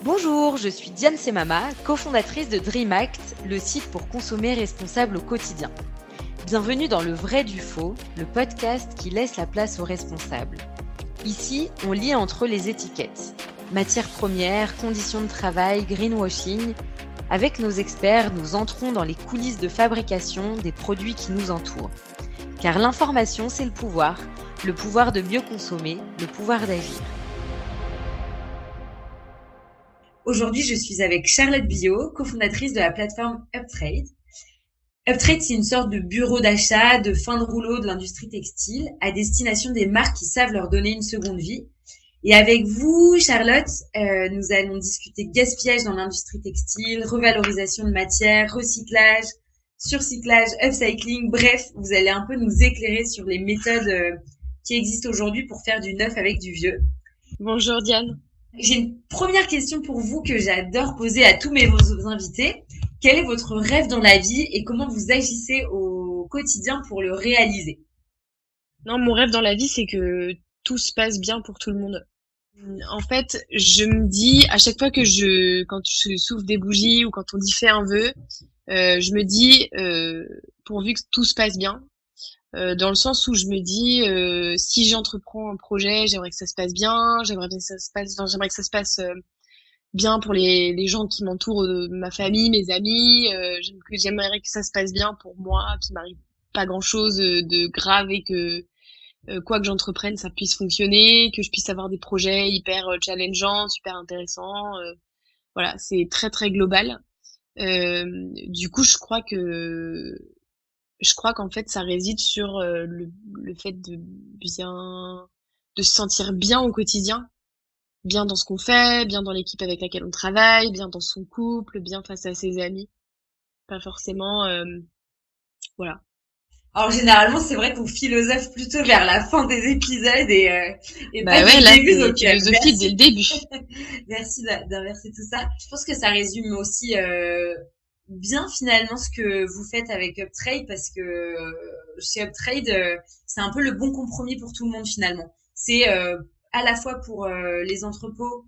Bonjour, je suis Diane Semama, cofondatrice de DreamAct, le site pour consommer responsable au quotidien. Bienvenue dans Le Vrai du Faux, le podcast qui laisse la place aux responsables. Ici, on lit entre les étiquettes. Matières premières, conditions de travail, greenwashing. Avec nos experts, nous entrons dans les coulisses de fabrication des produits qui nous entourent. Car l'information, c'est le pouvoir de mieux consommer, le pouvoir d'agir. Aujourd'hui, je suis avec Charlotte Billot, cofondatrice de la plateforme Uptrade. Uptrade, c'est une sorte de bureau d'achat de fin de rouleau de l'industrie textile à destination des marques qui savent leur donner une seconde vie. Et avec vous, Charlotte, nous allons discuter gaspillage dans l'industrie textile, revalorisation de matières, recyclage, surcyclage, upcycling. Bref, vous allez un peu nous éclairer sur les méthodes qui existent aujourd'hui pour faire du neuf avec du vieux. Bonjour Diane. J'ai une première question pour vous que j'adore poser à tous mes invités. Quel est votre rêve dans la vie et comment vous agissez au quotidien pour le réaliser? Non, mon rêve dans la vie, c'est que tout se passe bien pour tout le monde. En fait, je me dis, à chaque fois quand je souffle des bougies ou quand on dit fais un vœu, je me dis, pourvu que tout se passe bien, dans le sens où je me dis, si j'entreprends un projet, j'aimerais que ça se passe bien, j'aimerais que ça se passe bien pour les gens qui m'entourent, ma famille, mes amis, j'aimerais que ça se passe bien pour moi, qu'il m'arrive pas grand-chose de grave et que quoi que j'entreprenne, ça puisse fonctionner, que je puisse avoir des projets hyper challengeants, super intéressants. Voilà, c'est très très global. Du coup, je crois qu'en fait, ça réside sur le fait de se sentir bien au quotidien, bien dans ce qu'on fait, bien dans l'équipe avec laquelle on travaille, bien dans son couple, bien face à ses amis. Pas forcément, voilà. Alors généralement, c'est vrai qu'on philosophe plutôt vers la fin des épisodes et Bah pas ouais, dès là, le début. c'est Donc philosophie dès le début. merci d'inverser tout ça. Je pense que ça résume aussi bien finalement ce que vous faites avec Uptrade parce que chez Uptrade, c'est un peu le bon compromis pour tout le monde finalement. C'est à la fois pour les entrepôts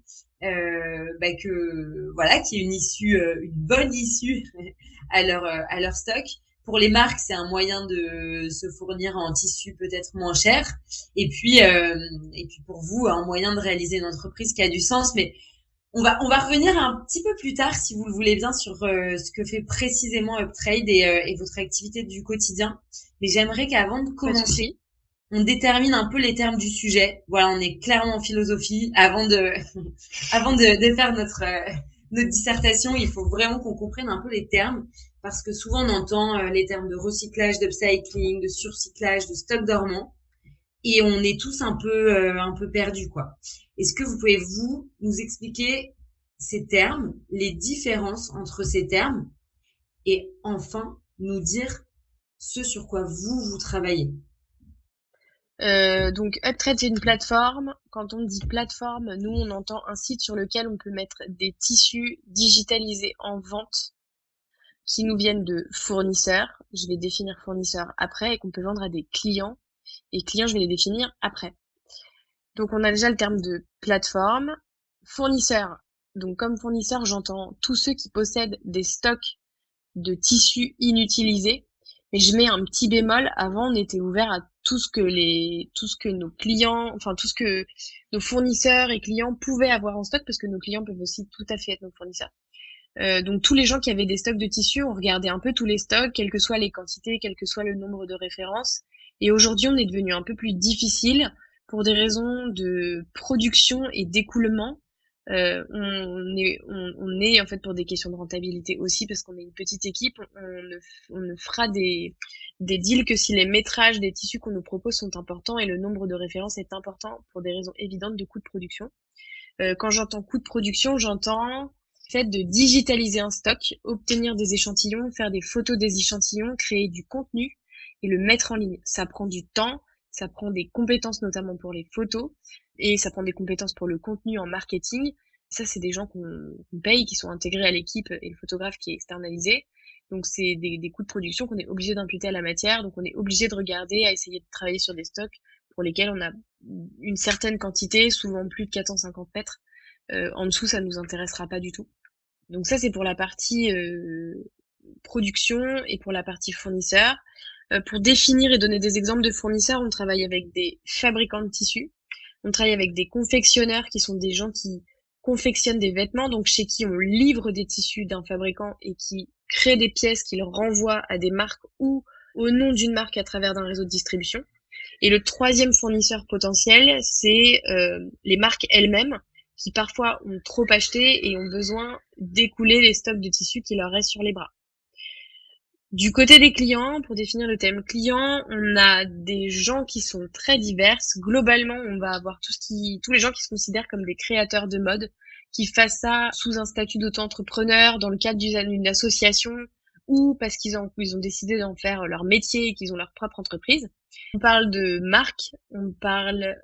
que voilà, qui est une issue, une bonne issue à leur stock. Pour les marques, c'est un moyen de se fournir en tissu peut-être moins cher. Et puis pour vous, un moyen de réaliser une entreprise qui a du sens. Mais on va revenir un petit peu plus tard, si vous le voulez bien, sur ce que fait précisément Uptrade et votre activité du quotidien. Mais j'aimerais qu'avant de commencer, on détermine un peu les termes du sujet. Voilà, on est clairement en philosophie. Avant de faire notre dissertation, il faut vraiment qu'on comprenne un peu les termes. Parce que souvent on entend les termes de recyclage, d'upcycling, de surcyclage, de stock dormant, et on est tous un peu perdus quoi. Est-ce que vous pouvez nous expliquer ces termes, les différences entre ces termes, et enfin nous dire ce sur quoi vous travaillez? Donc Uptrade, c'est une plateforme. Quand on dit plateforme, nous on entend un site sur lequel on peut mettre des tissus digitalisés en vente qui nous viennent de fournisseurs. Je vais définir fournisseurs après et qu'on peut vendre à des clients. Et clients, je vais les définir après. Donc on a déjà le terme de plateforme. Fournisseur. Donc comme fournisseur, j'entends tous ceux qui possèdent des stocks de tissus inutilisés. Mais je mets un petit bémol. Avant, on était ouvert à tout ce que nos clients, enfin tout ce que nos fournisseurs et clients pouvaient avoir en stock, parce que nos clients peuvent aussi tout à fait être nos fournisseurs. Donc tous les gens qui avaient des stocks de tissus, on regardait un peu tous les stocks, quelles que soient les quantités, quel que soit le nombre de références. Et aujourd'hui, on est devenu un peu plus difficile pour des raisons de production et d'écoulement. On est en fait pour des questions de rentabilité aussi, parce qu'on est une petite équipe. On ne fera des deals que si les métrages des tissus qu'on nous propose sont importants et le nombre de références est important pour des raisons évidentes de coût de production. Quand j'entends coût de production, j'entends fait de digitaliser un stock, obtenir des échantillons, faire des photos des échantillons, créer du contenu et le mettre en ligne. Ça prend du temps, ça prend des compétences notamment pour les photos et ça prend des compétences pour le contenu en marketing. Ça, c'est des gens qu'on paye, qui sont intégrés à l'équipe et le photographe qui est externalisé. Donc, c'est des coûts de production qu'on est obligé d'imputer à la matière. Donc, on est obligé de regarder, à essayer de travailler sur des stocks pour lesquels on a une certaine quantité, souvent plus de 450 mètres, En dessous, ça nous intéressera pas du tout. Donc ça, c'est pour la partie production et pour la partie fournisseur. Pour définir et donner des exemples de fournisseurs, on travaille avec des fabricants de tissus, on travaille avec des confectionneurs qui sont des gens qui confectionnent des vêtements, donc chez qui on livre des tissus d'un fabricant et qui crée des pièces qu'il renvoie à des marques ou au nom d'une marque à travers d'un réseau de distribution. Et le troisième fournisseur potentiel, c'est les marques elles-mêmes qui parfois ont trop acheté et ont besoin d'écouler les stocks de tissus qui leur restent sur les bras. Du côté des clients, pour définir le thème client, on a des gens qui sont très diverses. Globalement, on va avoir tous les gens qui se considèrent comme des créateurs de mode, qui fassent ça sous un statut d'auto-entrepreneur, dans le cadre d'une association, ou parce qu'ils ont décidé d'en faire leur métier et qu'ils ont leur propre entreprise. On parle de marques, on parle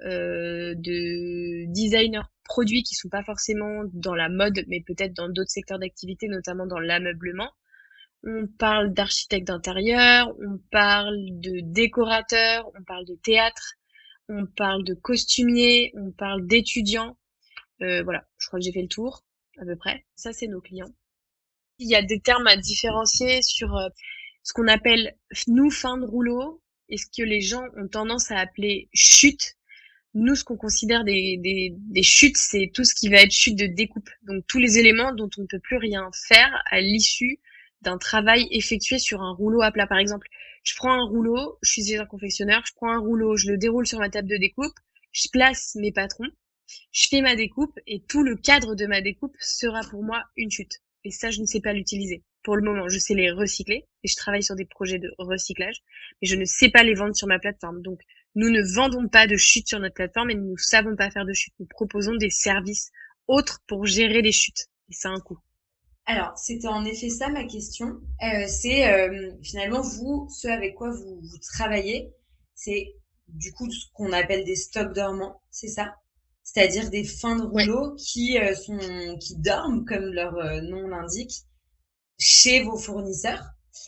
de designers produits qui sont pas forcément dans la mode, mais peut-être dans d'autres secteurs d'activité, notamment dans l'ameublement. On parle d'architectes d'intérieur, on parle de décorateurs, on parle de théâtre, on parle de costumiers, on parle d'étudiants. Voilà, je crois que j'ai fait le tour, à peu près. Ça, c'est nos clients. Il y a des termes à différencier sur ce qu'on appelle, nous, fin de rouleau, et ce que les gens ont tendance à appeler chute. Nous, ce qu'on considère des chutes, c'est tout ce qui va être chute de découpe. Donc, tous les éléments dont on ne peut plus rien faire à l'issue d'un travail effectué sur un rouleau à plat. Par exemple, je prends un rouleau, je suis un confectionneur, je prends un rouleau, je le déroule sur ma table de découpe, je place mes patrons, je fais ma découpe et tout le cadre de ma découpe sera pour moi une chute. Et ça, je ne sais pas l'utiliser. Pour le moment, je sais les recycler et je travaille sur des projets de recyclage, mais je ne sais pas les vendre sur ma plateforme. Donc, nous ne vendons pas de chute sur notre plateforme et nous ne savons pas faire de chute. Nous proposons des services autres pour gérer les chutes. Et ça a un coût. Alors, c'était en effet ça ma question. C'est finalement vous, ce avec quoi vous travaillez, c'est du coup ce qu'on appelle des stocks dormants, c'est ça? C'est-à-dire des fins de Ouais, rouleau qui dorment, comme leur nom l'indique, chez vos fournisseurs.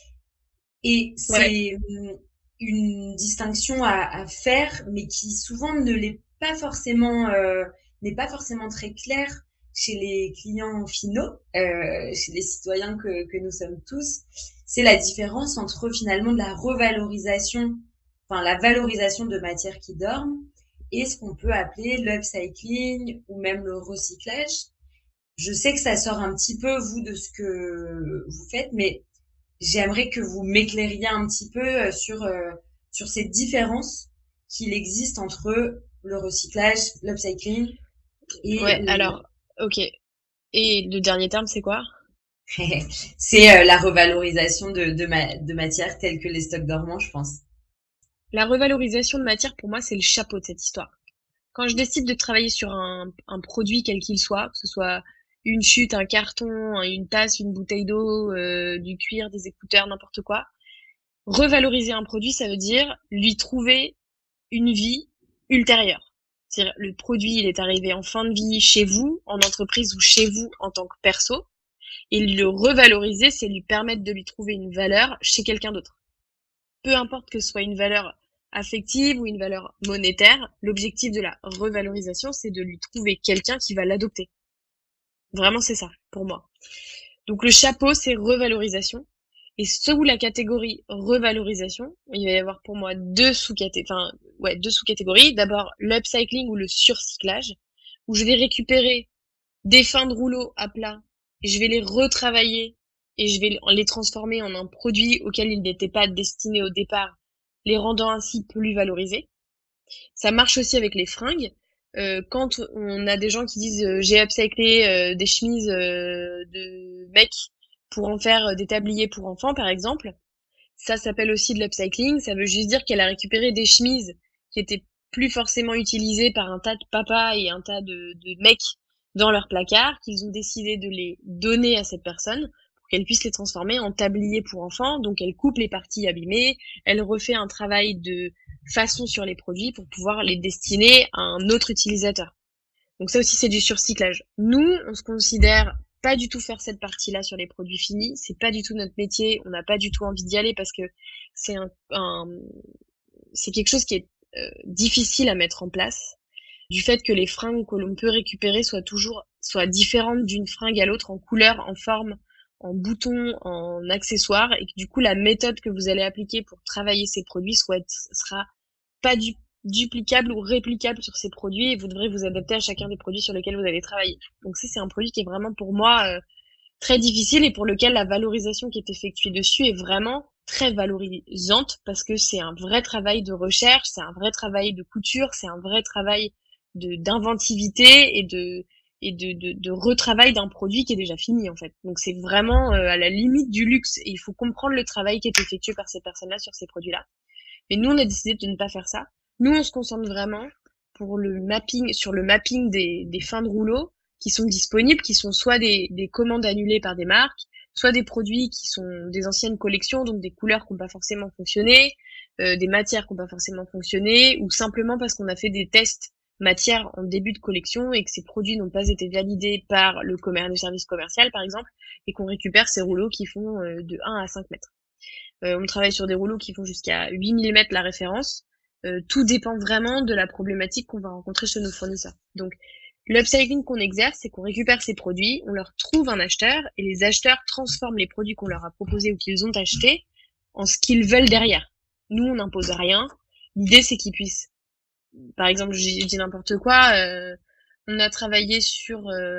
Et ouais. c'est une distinction à faire, mais qui souvent ne l'est pas forcément, n'est pas forcément très claire chez les clients finaux, chez les citoyens que nous sommes tous. C'est la différence entre finalement de la revalorisation, enfin la valorisation de matières qui dorment et ce qu'on peut appeler l'upcycling ou même le recyclage. Je sais que ça sort un petit peu, vous, de ce que vous faites, mais j'aimerais que vous m'éclairiez un petit peu sur ces différences qu'il existe entre le recyclage, l'upcycling et Ouais, alors, ok. Et le dernier terme, c'est quoi? c'est la revalorisation de matières telles que les stocks dormants, je pense. La revalorisation de matière, pour moi, c'est le chapeau de cette histoire. Quand je décide de travailler sur un produit quel qu'il soit, que ce soit une chute, un carton, une tasse, une bouteille d'eau, du cuir, des écouteurs, n'importe quoi, revaloriser un produit, ça veut dire lui trouver une vie ultérieure. C'est-à-dire, le produit, il est arrivé en fin de vie chez vous, en entreprise ou chez vous en tant que perso, et le revaloriser, c'est lui permettre de lui trouver une valeur chez quelqu'un d'autre. Peu importe que ce soit une valeur affective ou une valeur monétaire, l'objectif de la revalorisation, c'est de lui trouver quelqu'un qui va l'adopter. Vraiment, c'est ça, pour moi. Donc le chapeau, c'est revalorisation. Et sous la catégorie revalorisation, il va y avoir pour moi deux sous-catégories. D'abord, l'upcycling ou le surcyclage, où je vais récupérer des fins de rouleau à plat, et je vais les retravailler et je vais les transformer en un produit auquel ils n'étaient pas destinés au départ, les rendant ainsi plus valorisés. Ça marche aussi avec les fringues. Quand on a des gens qui disent j'ai upcyclé des chemises de mecs pour en faire des tabliers pour enfants, par exemple, ça s'appelle aussi de l'upcycling. Ça veut juste dire qu'elle a récupéré des chemises qui étaient plus forcément utilisées par un tas de papas et un tas de mecs dans leur placard, qu'ils ont décidé de les donner à cette personne pour qu'elle puisse les transformer en tabliers pour enfants. Donc elle coupe les parties abîmées, elle refait un travail de façon sur les produits pour pouvoir les destiner à un autre utilisateur. Donc ça aussi c'est du surcyclage. Nous, on se considère pas du tout faire cette partie-là sur les produits finis, c'est pas du tout notre métier, on n'a pas du tout envie d'y aller parce que c'est c'est quelque chose qui est difficile à mettre en place. du fait que les fringues que l'on peut récupérer soient différentes d'une fringue à l'autre en couleur, en forme, en bouton, en accessoires, et que du coup la méthode que vous allez appliquer pour travailler ces produits sera pas duplicable ou réplicable sur ces produits, et vous devrez vous adapter à chacun des produits sur lesquels vous allez travailler. Donc ça, c'est un produit qui est vraiment pour moi très difficile, et pour lequel la valorisation qui est effectuée dessus est vraiment très valorisante, parce que c'est un vrai travail de recherche, c'est un vrai travail de couture, c'est un vrai travail d'inventivité et de retravail d'un produit qui est déjà fini, en fait. Donc c'est vraiment à la limite du luxe, et il faut comprendre le travail qui est effectué par ces personnes-là sur ces produits-là. Mais nous, on a décidé de ne pas faire ça. Nous, on se concentre vraiment sur le mapping des fins de rouleau qui sont disponibles, qui sont soit des commandes annulées par des marques, soit des produits qui sont des anciennes collections, donc des couleurs qui n'ont pas forcément fonctionné, des matières qui n'ont pas forcément fonctionné, ou simplement parce qu'on a fait des tests matières en début de collection et que ces produits n'ont pas été validés par le service commercial, par exemple, et qu'on récupère ces rouleaux qui font de 1 à 5 mètres. On travaille sur des rouleaux qui font jusqu'à 8 mm la référence. Tout dépend vraiment de la problématique qu'on va rencontrer chez nos fournisseurs. Donc, l'upcycling qu'on exerce, c'est qu'on récupère ces produits, on leur trouve un acheteur, et les acheteurs transforment les produits qu'on leur a proposés ou qu'ils ont achetés en ce qu'ils veulent derrière. Nous, on n'impose rien. L'idée, c'est qu'ils puissent, par exemple, j'ai dit n'importe quoi, on a travaillé sur,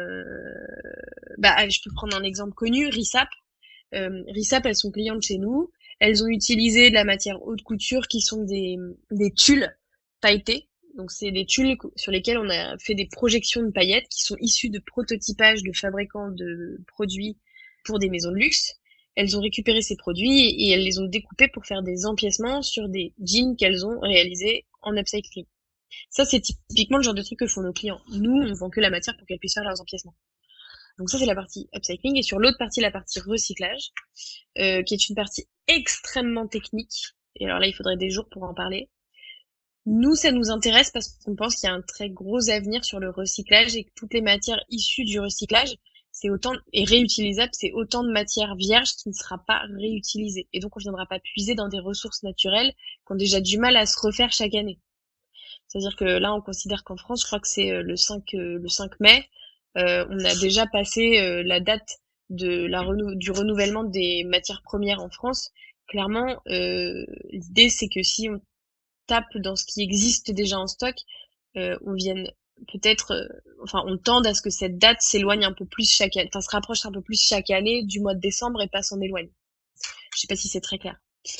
je peux prendre un exemple connu, Rissap. Rissap, elles sont clientes chez nous. Elles ont utilisé de la matière haute couture qui sont des tulles pailletés. Donc c'est des tulles sur lesquelles on a fait des projections de paillettes qui sont issues de prototypage de fabricants de produits pour des maisons de luxe. Elles ont récupéré ces produits et elles les ont découpés pour faire des empiècements sur des jeans qu'elles ont réalisés en upcycling. Ça, c'est typiquement le genre de truc que font nos clients. Nous, on vend que la matière pour qu'elles puissent faire leurs empiècements. Donc ça, c'est la partie upcycling. Et sur l'autre partie, la partie recyclage, qui est une partie extrêmement technique. Et alors là, il faudrait des jours pour en parler. Nous, ça nous intéresse parce qu'on pense qu'il y a un très gros avenir sur le recyclage et que toutes les matières issues du recyclage, et réutilisables, c'est autant de matière vierge qui ne sera pas réutilisée. Et donc, on viendra pas puiser dans des ressources naturelles qui ont déjà du mal à se refaire chaque année. C'est-à-dire que là, on considère qu'en France, je crois que c'est le 5 mai, on a déjà passé la date du renouvellement des matières premières en France. Clairement, l'idée, c'est que si on tape dans ce qui existe déjà en stock, on vienne peut-être, on tende à ce que cette date s'éloigne un peu plus se rapproche un peu plus chaque année du mois de décembre et pas s'en éloigne. Je sais pas si c'est très clair.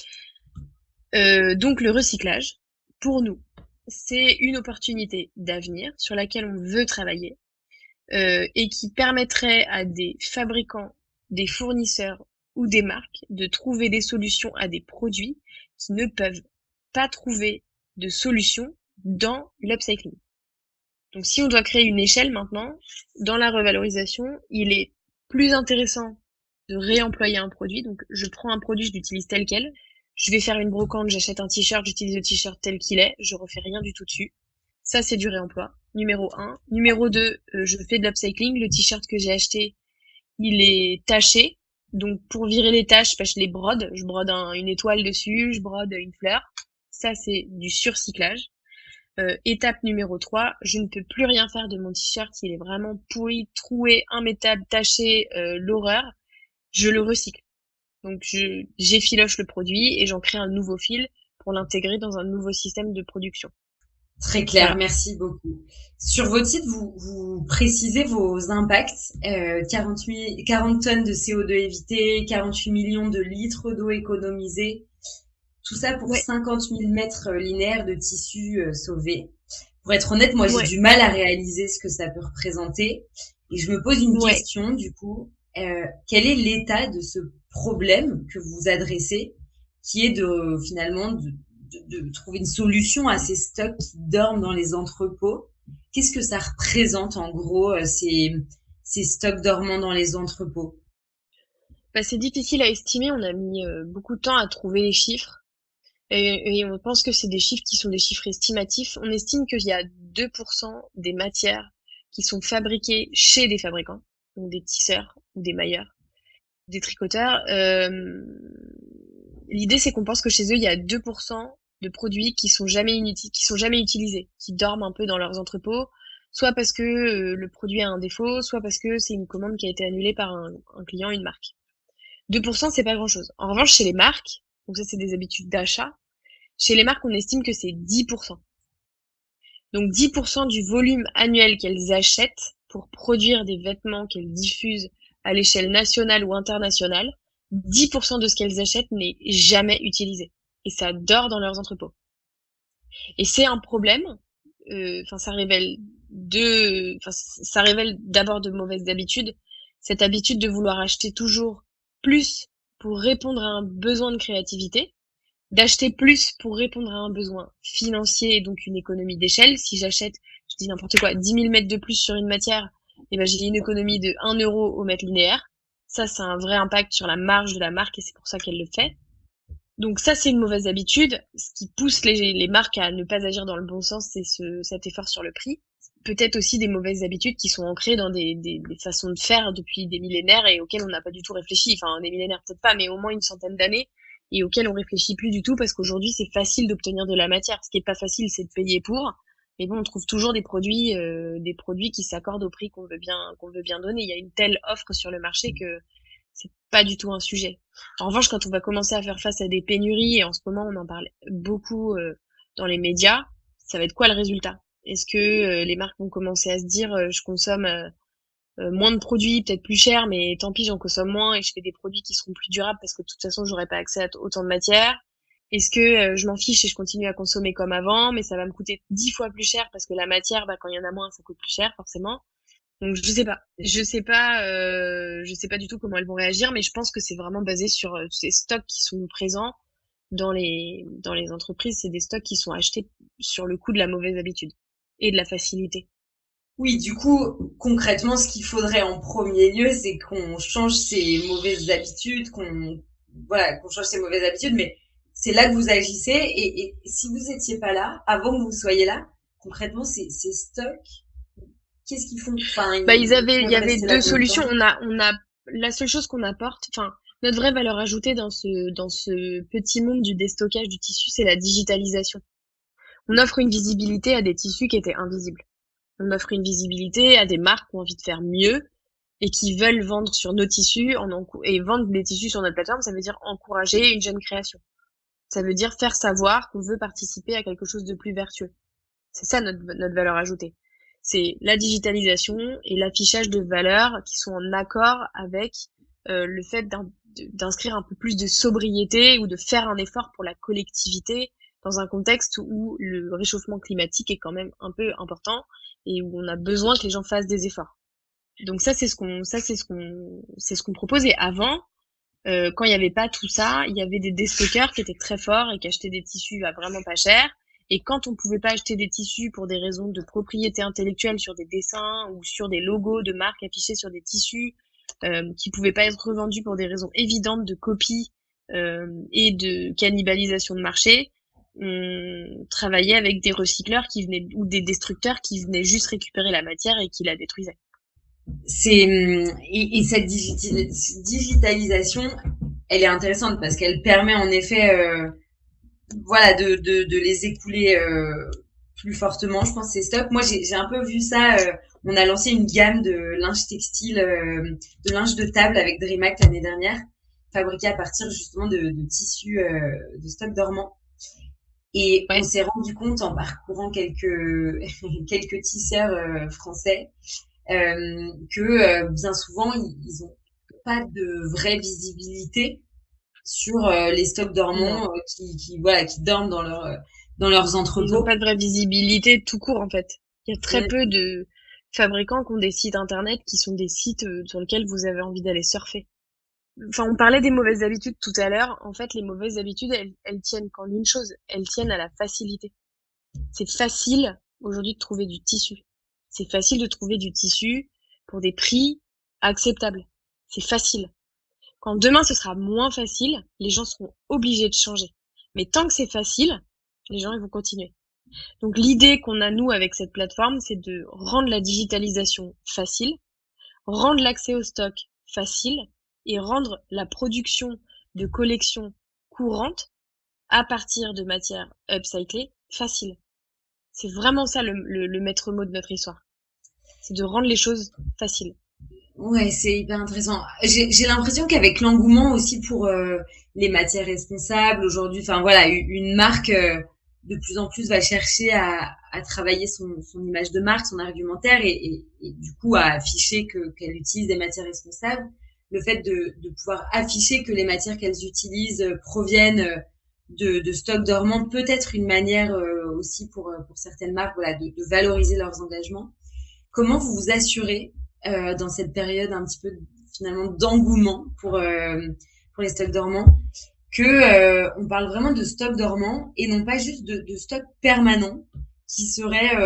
Donc le recyclage, pour nous, c'est une opportunité d'avenir sur laquelle on veut travailler, et qui permettrait à des fabricants, des fournisseurs ou des marques de trouver des solutions à des produits qui ne peuvent pas trouver de solution dans l'upcycling. Donc si on doit créer une échelle maintenant, dans la revalorisation, il est plus intéressant de réemployer un produit. Donc je prends un produit, je l'utilise tel quel. Je vais faire une brocante, j'achète un t-shirt, j'utilise le t-shirt tel qu'il est, je refais rien du tout dessus. Ça, c'est du réemploi. Numéro 1. Numéro 2, je fais de l'upcycling. Le t-shirt que j'ai acheté, il est taché. Donc, pour virer les taches, je les brode. Je brode une étoile dessus, je brode une fleur. Ça, c'est du surcyclage. Étape numéro 3, je ne peux plus rien faire de mon t-shirt. Il est vraiment pourri, troué, immétable, taché, l'horreur. Je le recycle. Donc, j'effiloche le produit et j'en crée un nouveau fil pour l'intégrer dans un nouveau système de production. Très clair, voilà. Merci beaucoup. Sur votre site, vous précisez vos impacts. 40 tonnes de CO2 évitées, 48 millions de litres d'eau économisée. Tout ça pour 50 000 mètres linéaires de tissu sauvés. Pour être honnête, moi, j'ai du mal à réaliser ce que ça peut représenter. Et je me pose une question, du coup. Quel est l'état de ce problème que vous adressez, qui est de trouver une solution à ces stocks qui dorment dans les entrepôts? Qu'est-ce que ça représente en gros, ces stocks dormants dans les entrepôts? C'est difficile à estimer, on a mis beaucoup de temps à trouver les chiffres et on pense que c'est des chiffres qui sont des chiffres estimatifs. On estime qu'il y a 2% des matières qui sont fabriquées chez des fabricants, donc des tisseurs ou des mailleurs, des tricoteurs. L'idée, c'est qu'on pense que chez eux, il y a 2% de produits qui sont jamais utilisés, qui dorment un peu dans leurs entrepôts, soit parce que le produit a un défaut, soit parce que c'est une commande qui a été annulée par un client, une marque. 2%, c'est pas grand-chose. En revanche, chez les marques, donc ça c'est des habitudes d'achat, chez les marques, on estime que c'est 10%. Donc 10% du volume annuel qu'elles achètent pour produire des vêtements qu'elles diffusent à l'échelle nationale ou internationale, 10% de ce qu'elles achètent n'est jamais utilisé. Et ça dort dans leurs entrepôts. Et c'est un problème. Ça révèle d'abord de mauvaises habitudes. Cette habitude de vouloir acheter toujours plus pour répondre à un besoin de créativité, d'acheter plus pour répondre à un besoin financier et donc une économie d'échelle. Si j'achète, je dis n'importe quoi, 10 000 mètres de plus sur une matière, et ben j'ai une économie de 1 euro au mètre linéaire. Ça, c'est un vrai impact sur la marge de la marque et c'est pour ça qu'elle le fait. Donc ça, c'est une mauvaise habitude. Ce qui pousse les marques à ne pas agir dans le bon sens, c'est cet effort sur le prix. Peut-être aussi des mauvaises habitudes qui sont ancrées dans des façons de faire depuis des millénaires et auxquelles on n'a pas du tout réfléchi. Enfin, des millénaires peut-être pas, mais au moins une centaine d'années et auxquelles on réfléchit plus du tout parce qu'aujourd'hui, c'est facile d'obtenir de la matière. Ce qui est pas facile, c'est de payer pour. Mais bon, on trouve toujours des produits qui s'accordent au prix qu'on veut bien donner. Il y a une telle offre sur le marché que c'est pas du tout un sujet. En revanche, quand on va commencer à faire face à des pénuries, et en ce moment on en parle beaucoup dans les médias, ça va être quoi le résultat? Est-ce que les marques vont commencer à se dire je consomme moins de produits, peut-être plus cher, mais tant pis, j'en consomme moins et je fais des produits qui seront plus durables parce que de toute façon j'aurai pas accès à autant de matière? Est-ce que je m'en fiche et je continue à consommer comme avant, mais ça va me coûter 10 fois plus cher parce que la matière, quand il y en a moins, ça coûte plus cher forcément. Donc je sais pas du tout comment elles vont réagir, mais je pense que c'est vraiment basé sur ces stocks qui sont présents dans les entreprises. C'est des stocks qui sont achetés sur le coup de la mauvaise habitude et de la facilité. Oui, du coup, concrètement, ce qu'il faudrait en premier lieu, c'est qu'on change ces mauvaises habitudes, qu'on change ces mauvaises habitudes, mais c'est là que vous agissez et si vous étiez pas là, avant que vous soyez là, concrètement, ces stocks, qu'est-ce qu'ils font? Enfin, il y avait deux solutions. La seule chose qu'on apporte, notre vraie valeur ajoutée dans ce petit monde du déstockage du tissu, c'est la digitalisation. On offre une visibilité à des tissus qui étaient invisibles. On offre une visibilité à des marques qui ont envie de faire mieux et qui veulent vendre sur nos tissus et vendre des tissus sur notre plateforme, ça veut dire encourager une jeune création. Ça veut dire faire savoir qu'on veut participer à quelque chose de plus vertueux. C'est ça notre valeur ajoutée. C'est la digitalisation et l'affichage de valeurs qui sont en accord avec le fait d'inscrire un peu plus de sobriété ou de faire un effort pour la collectivité dans un contexte où le réchauffement climatique est quand même un peu important et où on a besoin que les gens fassent des efforts. Donc c'est ce qu'on proposait avant. Quand il n'y avait pas tout ça, il y avait des déstockeurs qui étaient très forts et qui achetaient des tissus à vraiment pas cher. Et quand on pouvait pas acheter des tissus pour des raisons de propriété intellectuelle sur des dessins ou sur des logos de marques affichés sur des tissus qui pouvaient pas être revendus pour des raisons évidentes de copie et de cannibalisation de marché, on travaillait avec des recycleurs ou des destructeurs qui venaient juste récupérer la matière et qui la détruisaient. Et cette digitalisation, elle est intéressante parce qu'elle permet en effet de les écouler plus fortement, je pense, ces stocks. Moi j'ai un peu vu ça, on a lancé une gamme de linge textile, de linge de table avec Dreamact l'année dernière, fabriqué à partir justement de tissus de stocks dormants. Et on s'est rendu compte en parcourant quelques tisseurs français que bien souvent ils ont pas de vraie visibilité sur les stocks dormants qui dorment dans leurs entrepôts. Ils n'ont pas de vraie visibilité tout court en fait. Il y a très peu de fabricants qui ont des sites internet qui sont des sites sur lesquels vous avez envie d'aller surfer. On parlait des mauvaises habitudes tout à l'heure. En fait, les mauvaises habitudes, elles tiennent qu'en une chose, elles tiennent à la facilité. C'est facile aujourd'hui de trouver du tissu. C'est facile de trouver du tissu pour des prix acceptables. C'est facile. Quand demain ce sera moins facile, les gens seront obligés de changer. Mais tant que c'est facile, les gens ils vont continuer. Donc l'idée qu'on a nous avec cette plateforme, c'est de rendre la digitalisation facile, rendre l'accès au stock facile et rendre la production de collections courantes à partir de matières upcyclées, facile. C'est vraiment ça le maître mot de notre histoire. C'est de rendre les choses faciles. Ouais, c'est hyper intéressant. J'ai l'impression qu'avec l'engouement aussi pour les matières responsables aujourd'hui, enfin voilà, une marque de plus en plus va chercher à travailler son image de marque, son argumentaire et du coup à afficher qu'elle utilise des matières responsables. Le fait de pouvoir afficher que les matières qu'elles utilisent proviennent de stocks dormants peut être une manière aussi pour certaines marques, voilà, de valoriser leurs engagements. Comment vous vous assurez dans cette période un petit peu finalement d'engouement pour les stocks dormants que on parle vraiment de stocks dormants et non pas juste de stocks permanents qui seraient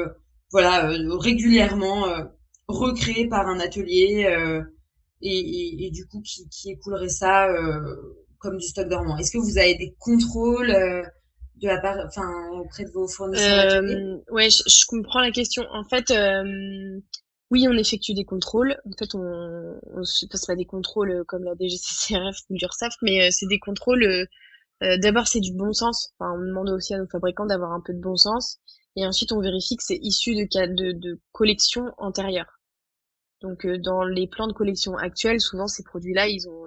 régulièrement recréés par un atelier et du coup qui écoulerait ça comme du stock dormant. Est-ce que vous avez des contrôles de la part, enfin auprès de vos fournisseurs ateliers? Ouais, je comprends la question. En fait, oui, on effectue des contrôles. En fait, on se passe pas des contrôles comme la DGCCRF ou l'URSSAF, mais c'est des contrôles. D'abord, c'est du bon sens. Enfin, on demande aussi à nos fabricants d'avoir un peu de bon sens. Et ensuite, on vérifie que c'est issu de collections antérieures. Donc, dans les plans de collection actuels, souvent, ces produits-là,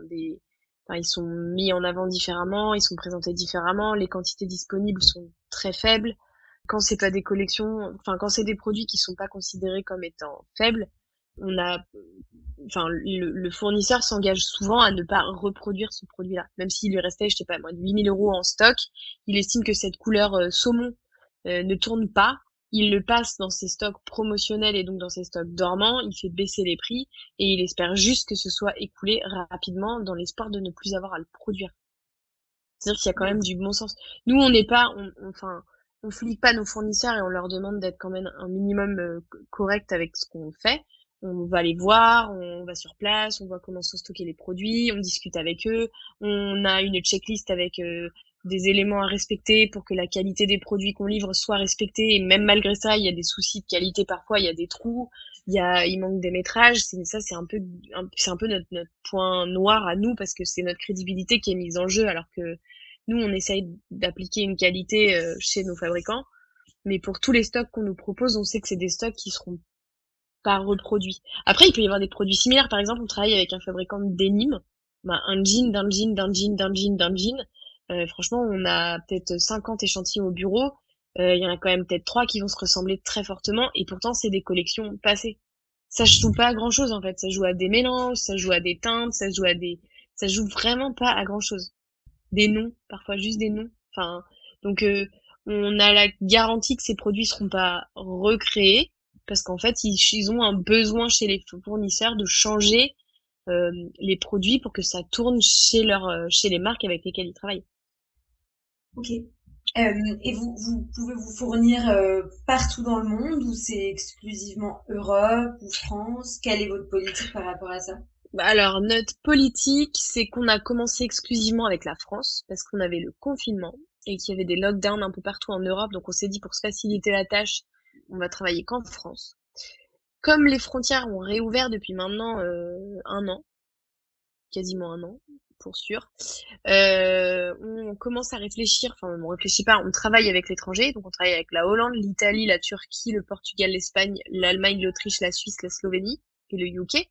ils sont mis en avant différemment, ils sont présentés différemment, les quantités disponibles sont très faibles. Quand c'est pas des collections, enfin, quand c'est des produits qui sont pas considérés comme étant faibles, on a, enfin, le fournisseur s'engage souvent à ne pas reproduire ce produit-là. Même s'il lui restait, je sais pas moi, 8 000 € en stock, il estime que cette couleur saumon ne tourne pas, il le passe dans ses stocks promotionnels et donc dans ses stocks dormants, il fait baisser les prix et il espère juste que ce soit écoulé rapidement dans l'espoir de ne plus avoir à le produire. C'est-à-dire qu'il y a quand même du bon sens. Nous, on n'est pas, on flique pas nos fournisseurs et on leur demande d'être quand même un minimum correct avec ce qu'on fait. On va les voir, on va sur place, on voit comment sont stockés les produits, on discute avec eux, on a une checklist avec des éléments à respecter pour que la qualité des produits qu'on livre soit respectée. Et même malgré ça, il y a des soucis de qualité parfois, il y a des trous, il manque des métrages. C'est un peu notre point noir à nous parce que c'est notre crédibilité qui est mise en jeu alors que nous, on essaye d'appliquer une qualité chez nos fabricants. Mais pour tous les stocks qu'on nous propose, on sait que c'est des stocks qui seront pas reproduits. Après, il peut y avoir des produits similaires. Par exemple, on travaille avec un fabricant de denim. Bah, un jean, d'un jean, d'un jean, d'un jean, d'un jean. Franchement, on a peut-être 50 échantillons au bureau. Il y en a quand même peut-être 3 qui vont se ressembler très fortement. Et pourtant, c'est des collections passées. Ça joue pas à grand chose, en fait. Ça joue à des mélanges, ça joue à des teintes, ça joue vraiment pas à grand chose. Des noms, parfois juste des noms. Enfin, donc on a la garantie que ces produits seront pas recréés parce qu'en fait ils ont un besoin chez les fournisseurs de changer les produits pour que ça tourne chez les marques avec lesquelles ils travaillent. Ok. Et vous pouvez vous fournir partout dans le monde ou c'est exclusivement Europe ou France? Quelle est votre politique par rapport à ça? Bah alors notre politique, c'est qu'on a commencé exclusivement avec la France parce qu'on avait le confinement et qu'il y avait des lockdowns un peu partout en Europe, donc on s'est dit pour se faciliter la tâche, on va travailler qu'en France. Comme les frontières ont réouvert depuis maintenant un an, quasiment un an, pour sûr, on commence à réfléchir, enfin on réfléchit pas, on travaille avec l'étranger, donc on travaille avec la Hollande, l'Italie, la Turquie, le Portugal, l'Espagne, l'Allemagne, l'Autriche, la Suisse, la Slovénie et le UK.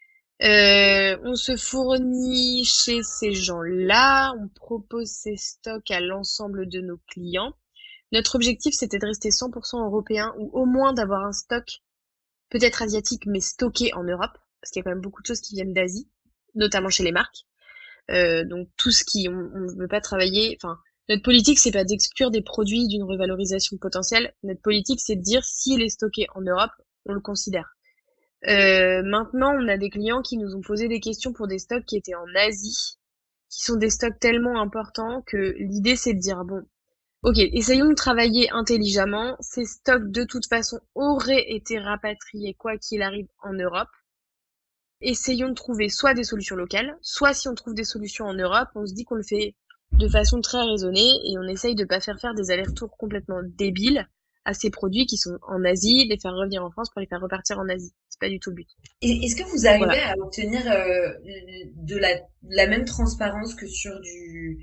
On se fournit chez ces gens-là, on propose ces stocks à l'ensemble de nos clients. Notre objectif, c'était de rester 100% européen ou au moins d'avoir un stock peut-être asiatique, mais stocké en Europe, parce qu'il y a quand même beaucoup de choses qui viennent d'Asie, notamment chez les marques. Donc tout ce qui, on ne veut pas travailler, enfin, notre politique, c'est pas d'exclure des produits d'une revalorisation potentielle. Notre politique, c'est de dire s'il est stocké en Europe, on le considère. Maintenant, on a des clients qui nous ont posé des questions pour des stocks qui étaient en Asie, qui sont des stocks tellement importants que l'idée, c'est de dire, bon, ok, essayons de travailler intelligemment. Ces stocks, de toute façon, auraient été rapatriés, quoi qu'il arrive, en Europe. Essayons de trouver soit des solutions locales, soit si on trouve des solutions en Europe, on se dit qu'on le fait de façon très raisonnée et on essaye de pas faire des allers-retours complètement débiles à ces produits qui sont en Asie, les faire revenir en France pour les faire repartir en Asie. C'est pas du tout le but. Et est-ce que vous arrivez Voilà. à obtenir de la même transparence que sur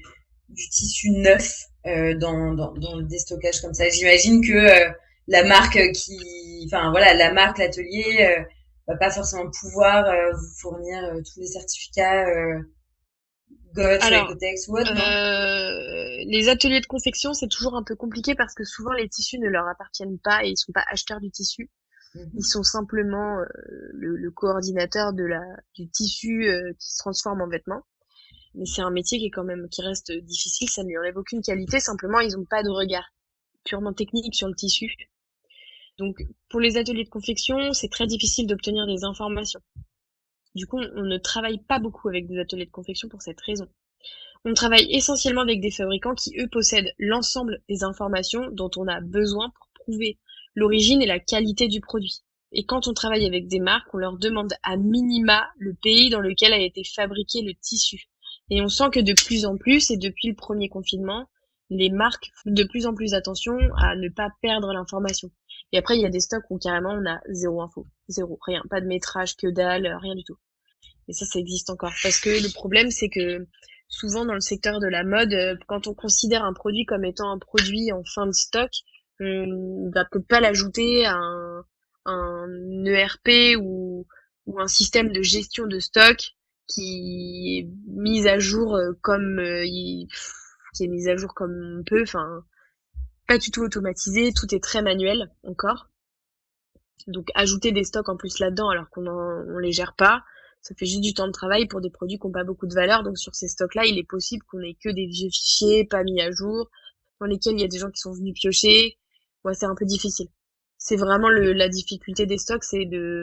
du tissu neuf dans le déstockage comme ça. J'imagine que la marque enfin voilà, la marque, l'atelier va pas forcément pouvoir vous fournir tous les certificats Goth ou Alors, Ecotex ou autre, non? les ateliers de confection, c'est toujours un peu compliqué parce que souvent les tissus ne leur appartiennent pas et ils sont pas acheteurs du tissu. Ils Mhm. sont simplement le coordinateur du tissu qui se transforme en vêtements. Mais c'est un métier qui est quand même qui reste difficile, ça ne lui enlève aucune qualité, simplement ils n'ont pas de regard purement technique sur le tissu. Donc pour les ateliers de confection, c'est très difficile d'obtenir des informations. Du coup, on ne travaille pas beaucoup avec des ateliers de confection pour cette raison. On travaille essentiellement avec des fabricants qui, eux, possèdent l'ensemble des informations dont on a besoin pour prouver l'origine et la qualité du produit. Et quand on travaille avec des marques, on leur demande à minima le pays dans lequel a été fabriqué le tissu. Et on sent que de plus en plus, et depuis le premier confinement, les marques font de plus en plus attention à ne pas perdre l'information. Et après, il y a des stocks où carrément on a zéro info, zéro, rien, pas de métrage, que dalle, rien du tout. Et ça existe encore. Parce que le problème, c'est que souvent dans le secteur de la mode, quand on considère un produit comme étant un produit en fin de stock, on va peut-être pas l'ajouter à un ERP ou un système de gestion de stock qui est mis à jour qui est mis à jour comme on peut, enfin pas du tout automatisé, tout est très manuel encore. Donc ajouter des stocks en plus là-dedans alors on les gère pas, ça fait juste du temps de travail pour des produits qui n'ont pas beaucoup de valeur. Donc sur ces stocks-là, il est possible qu'on ait que des vieux fichiers pas mis à jour, dans lesquels il y a des gens qui sont venus piocher. Ouais, c'est un peu difficile. C'est vraiment la difficulté des stocks, c'est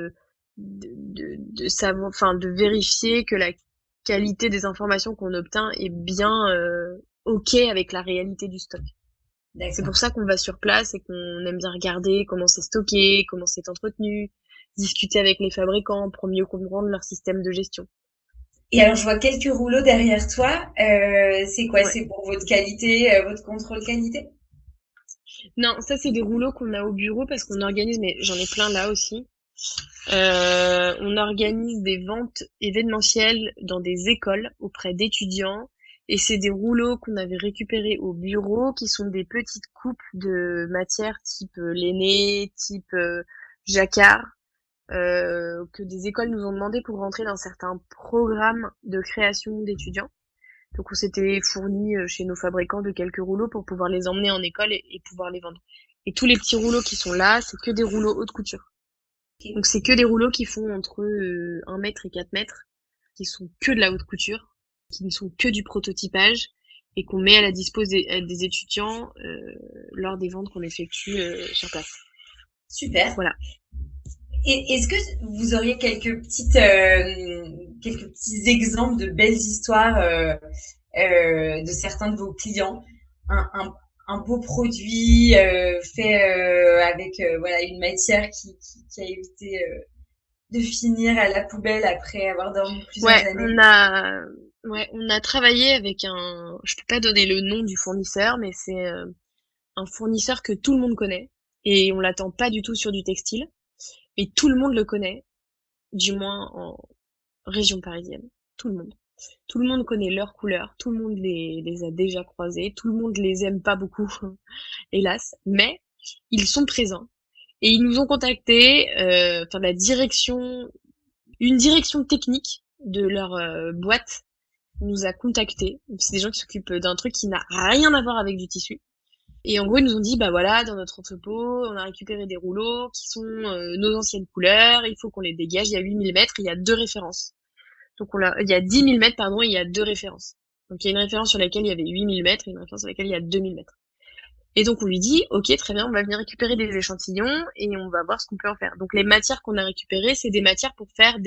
de savoir, enfin de vérifier que la qualité des informations qu'on obtient est bien ok avec la réalité du stock. C'est D'accord. pour ça qu'on va sur place et qu'on aime bien regarder comment c'est stocké, comment c'est entretenu, discuter avec les fabricants pour mieux comprendre leur système de gestion. Et alors, je vois quelques rouleaux derrière toi. C'est quoi? Ouais. C'est pour votre qualité, votre contrôle qualité? Non, ça c'est des rouleaux qu'on a au bureau parce qu'on organise, mais j'en ai plein là aussi. On organise des ventes événementielles dans des écoles auprès d'étudiants et c'est des rouleaux qu'on avait récupérés au bureau qui sont des petites coupes de matière type lainée, type jacquard que des écoles nous ont demandé pour rentrer dans certains programmes de création d'étudiants. Donc on s'était fourni chez nos fabricants de quelques rouleaux pour pouvoir les emmener en école et pouvoir les vendre. Et tous les petits rouleaux qui sont là, c'est que des rouleaux haute couture. Ok. Donc c'est que des rouleaux qui font entre 1 mètre et 4 mètres, qui sont que de la haute couture, qui ne sont que du prototypage et qu'on met à la disposition des étudiants lors des ventes qu'on effectue sur place. Super. Voilà. Et est-ce que vous auriez quelques petits exemples de belles histoires de certains de vos clients, un, un, un beau produit fait avec voilà une matière qui a évité de finir à la poubelle après avoir dormi plusieurs Ouais, années? on a travaillé avec je peux pas donner le nom du fournisseur, mais c'est un fournisseur que tout le monde connaît et on l'attend pas du tout sur du textile, mais tout le monde le connaît, du moins en région parisienne, tout le monde. Tout le monde connaît leurs couleurs, tout le monde les a déjà croisés, tout le monde les aime pas beaucoup, hélas, mais ils sont présents et ils nous ont contactés, enfin une direction technique de leur boîte nous a contactés. C'est des gens qui s'occupent d'un truc qui n'a rien à voir avec du tissu. Et en gros, ils nous ont dit, bah voilà, dans notre entrepôt, on a récupéré des rouleaux qui sont nos anciennes couleurs, il faut qu'on les dégage, il y a 8000 mètres, il y a deux références. Donc il y a 10 000 mètres, pardon, et il y a deux références. Donc il y a une référence sur laquelle il y avait 8000 mètres et une référence sur laquelle il y a 2000 mètres. Et donc on lui dit, ok, très bien, on va venir récupérer des échantillons et on va voir ce qu'on peut en faire. Donc les matières qu'on a récupérées, c'est des matières pour faire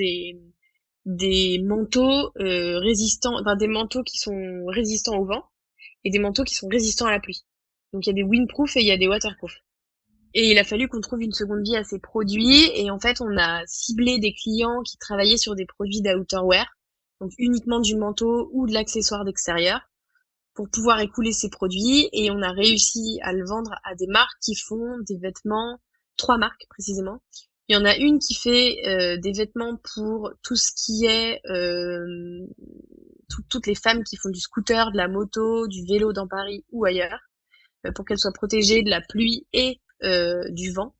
des manteaux résistants, enfin des manteaux qui sont résistants au vent et des manteaux qui sont résistants à la pluie. Donc il y a des windproof et il y a des waterproof. Et il a fallu qu'on trouve une seconde vie à ces produits et en fait on a ciblé des clients qui travaillaient sur des produits d'outerwear, donc uniquement du manteau ou de l'accessoire d'extérieur pour pouvoir écouler ces produits et on a réussi à le vendre à des marques qui font des vêtements, 3 marques précisément. Il y en a une qui fait des vêtements pour tout ce qui est toutes les femmes qui font du scooter, de la moto, du vélo dans Paris ou ailleurs, pour qu'elles soient protégées de la pluie et du vent.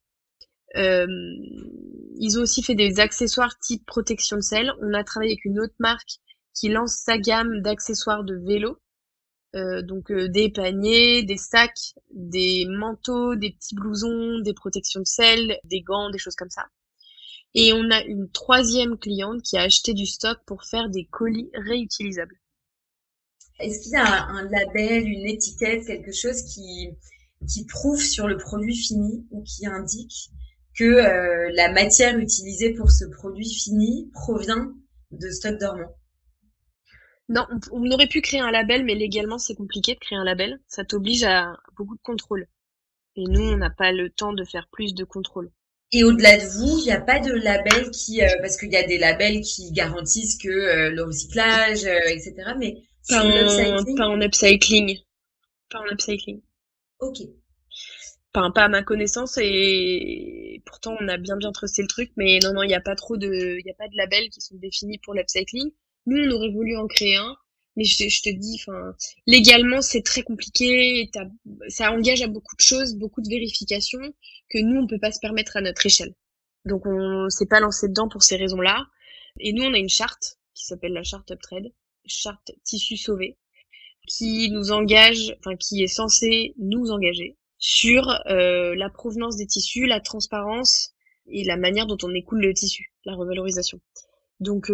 Ils ont aussi fait des accessoires type protection de selle. On a travaillé avec une autre marque qui lance sa gamme d'accessoires de vélo. Donc des paniers, des sacs, des manteaux, des petits blousons, des protections de selle, des gants, des choses comme ça. Et on a une troisième cliente qui a acheté du stock pour faire des colis réutilisables. Est-ce qu'il y a un label, une étiquette, quelque chose qui prouve sur le produit fini ou qui indique que la matière utilisée pour ce produit fini provient de stock dormant? Non, on aurait pu créer un label, mais légalement, c'est compliqué de créer un label. Ça t'oblige à beaucoup de contrôle. Et nous, on n'a pas le temps de faire plus de contrôle. Et au-delà de vous, il n'y a pas de label parce qu'il y a des labels qui garantissent que le recyclage, etc. Mais pas en upcycling. Pas en upcycling. Ok. Enfin, pas à ma connaissance, et pourtant on a bien trusté le truc, mais non, il n'y a pas de labels qui sont définis pour l'upcycling. Nous, on aurait voulu en créer un, mais je te dis, enfin, légalement, c'est très compliqué, ça engage à beaucoup de choses, beaucoup de vérifications, que nous, on peut pas se permettre à notre échelle. Donc, on s'est pas lancé dedans pour ces raisons-là. Et nous, on a une charte qui s'appelle la charte Uptrade, charte tissu sauvé, qui nous engage, enfin, qui est censée nous engager sur la provenance des tissus, la transparence et la manière dont on écoule le tissu, la revalorisation. Donc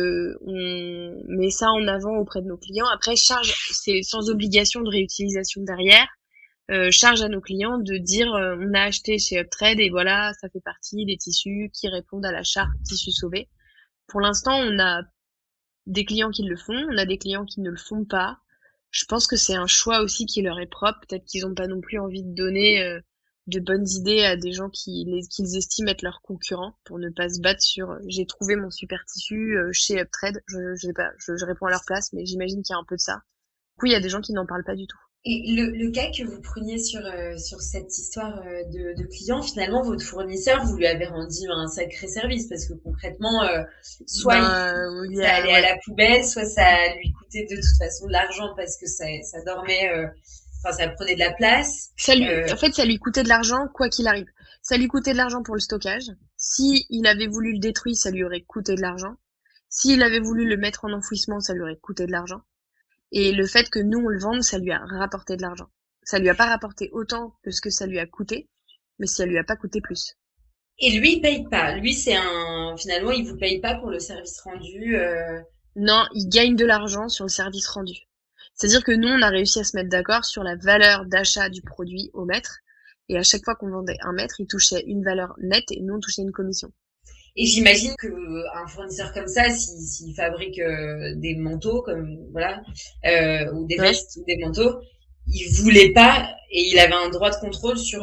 on met ça en avant auprès de nos clients. Après, c'est sans obligation de réutilisation derrière. Charge à nos clients de dire on a acheté chez Uptrade et voilà, ça fait partie des tissus qui répondent à la charte tissu sauvé. Pour l'instant, on a des clients qui le font, on a des clients qui ne le font pas. Je pense que c'est un choix aussi qui leur est propre. Peut-être qu'ils n'ont pas non plus envie de donner de bonnes idées à des gens qu'ils estiment être leurs concurrents pour ne pas se battre sur j'ai trouvé mon super tissu chez Uptrade. Je réponds à leur place, mais j'imagine qu'il y a un peu de ça. Du coup, il y a des gens qui n'en parlent pas du tout. Et le cas que vous preniez sur cette histoire de client, finalement, votre fournisseur, vous lui avez rendu un sacré service parce que concrètement, soit ça allait à la poubelle, soit ça lui coûtait de toute façon de l'argent parce que ça dormait, ça prenait de la place. En fait, ça lui coûtait de l'argent quoi qu'il arrive. Ça lui coûtait de l'argent pour le stockage. Si il avait voulu le détruire, ça lui aurait coûté de l'argent. S'il avait voulu le mettre en enfouissement, ça lui aurait coûté de l'argent. Et le fait que nous, on le vende, ça lui a rapporté de l'argent. Ça lui a pas rapporté autant que ce que ça lui a coûté, mais ça lui a pas coûté plus. Et lui, il paye pas. Lui, finalement, il vous paye pas pour le service rendu. Non, il gagne de l'argent sur le service rendu. C'est-à-dire que nous, on a réussi à se mettre d'accord sur la valeur d'achat du produit au mètre. Et à chaque fois qu'on vendait un mètre, il touchait une valeur nette et nous, on touchait une commission. Et j'imagine que un fournisseur comme ça, s'il fabrique des manteaux comme voilà, ou des vestes ou des manteaux, il voulait pas et il avait un droit de contrôle sur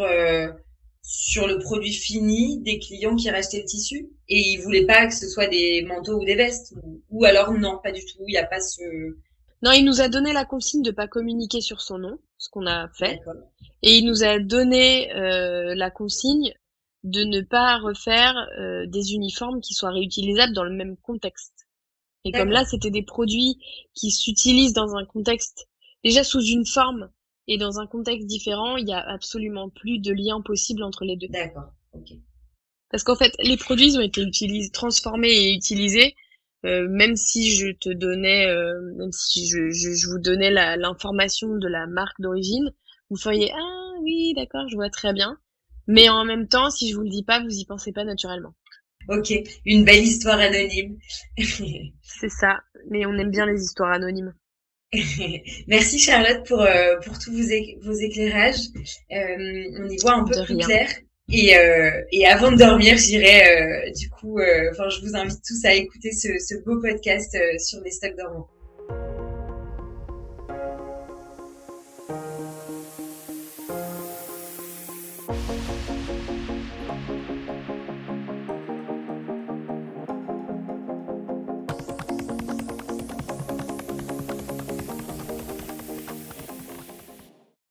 le produit fini des clients qui rachetaient le tissu et il voulait pas que ce soit des manteaux ou des vestes ou alors non, pas du tout, il y a pas ce. Non, il nous a donné la consigne de pas communiquer sur son nom, ce qu'on a fait, et il nous a donné la consigne de ne pas refaire des uniformes qui soient réutilisables dans le même contexte. Et comme là, c'était des produits qui s'utilisent dans un contexte déjà sous une forme et dans un contexte différent, il y a absolument plus de lien possible entre les deux. D'accord, ok. Parce qu'en fait, les produits ont été transformés et utilisés, même si je te donnais, même si je vous donnais l'information de la marque d'origine, vous feriez ah oui, d'accord, je vois très bien. Mais en même temps, si je vous le dis pas, vous y pensez pas naturellement. Ok, une belle histoire anonyme. C'est ça, mais on aime bien les histoires anonymes. Merci Charlotte pour tous vos éclairages. On y voit un peu plus clair. Et avant de dormir, j'irai je vous invite tous à écouter ce beau podcast sur les stocks dormants.